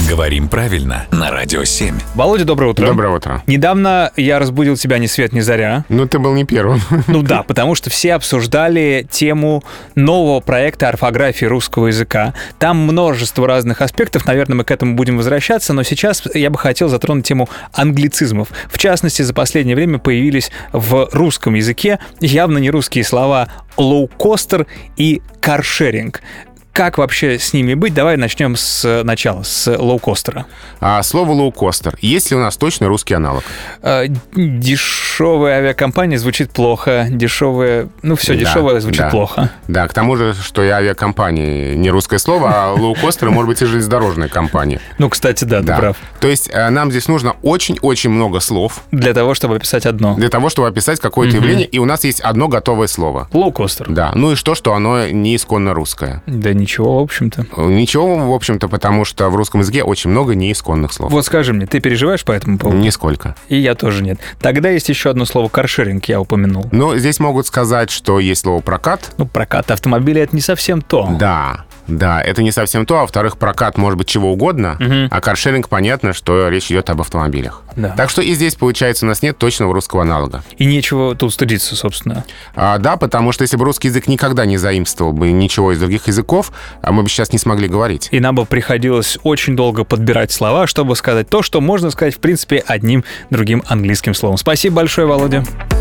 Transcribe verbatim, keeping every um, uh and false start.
Говорим правильно на Радио семь. Володя, доброе утро. Доброе утро. Недавно я разбудил тебя ни свет ни заря. Ну, ты был не первым. Ну да, потому что все обсуждали тему нового проекта орфографии русского языка. Там множество разных аспектов, наверное, мы к этому будем возвращаться, но сейчас я бы хотел затронуть тему англицизмов. В частности, за последнее время появились в русском языке явно не русские слова «лоукостер» и «каршеринг». Как вообще с ними быть? Давай начнем с начала, с лоукостера. А слово «лоукостер». Есть ли у нас точно русский аналог? А, дешевая авиакомпания звучит плохо. Дешевая... Ну, все, Да, дешевое звучит да. плохо. Да, к тому же, что и авиакомпании не русское слово, а лоукостеры, может быть, и железнодорожная компания. Ну, кстати, да, Да. ты прав. То есть э, нам здесь нужно очень-очень много слов Для того, чтобы описать одно. для того, чтобы описать какое-то Мгм. явление, и у нас есть одно готовое слово. Лоукостер. Да, ну и что, что оно не исконно русское? Да ничего, в общем-то. Ничего, в общем-то, потому что в русском языке очень много неисконных слов. Вот скажи мне, ты переживаешь по этому поводу? Нисколько. И я тоже нет. Тогда есть еще одно слово «каршеринг», я упомянул. Но здесь могут сказать, что есть слово «прокат». Ну, прокат автомобиля — это не совсем то. Да, да, это не совсем то. А во-вторых, прокат может быть чего угодно, Мгм. а каршеринг, понятно, что речь идет об автомобилях. Да. Так что и здесь, получается, у нас нет точного русского аналога. И нечего тут стыдиться, собственно. А, да, потому что если бы русский язык никогда не заимствовал бы ничего из других языков, а мы бы сейчас не смогли говорить. И нам бы приходилось очень долго подбирать слова, чтобы сказать то, что можно сказать, в принципе, одним другим английским словом. Спасибо большое, Володя.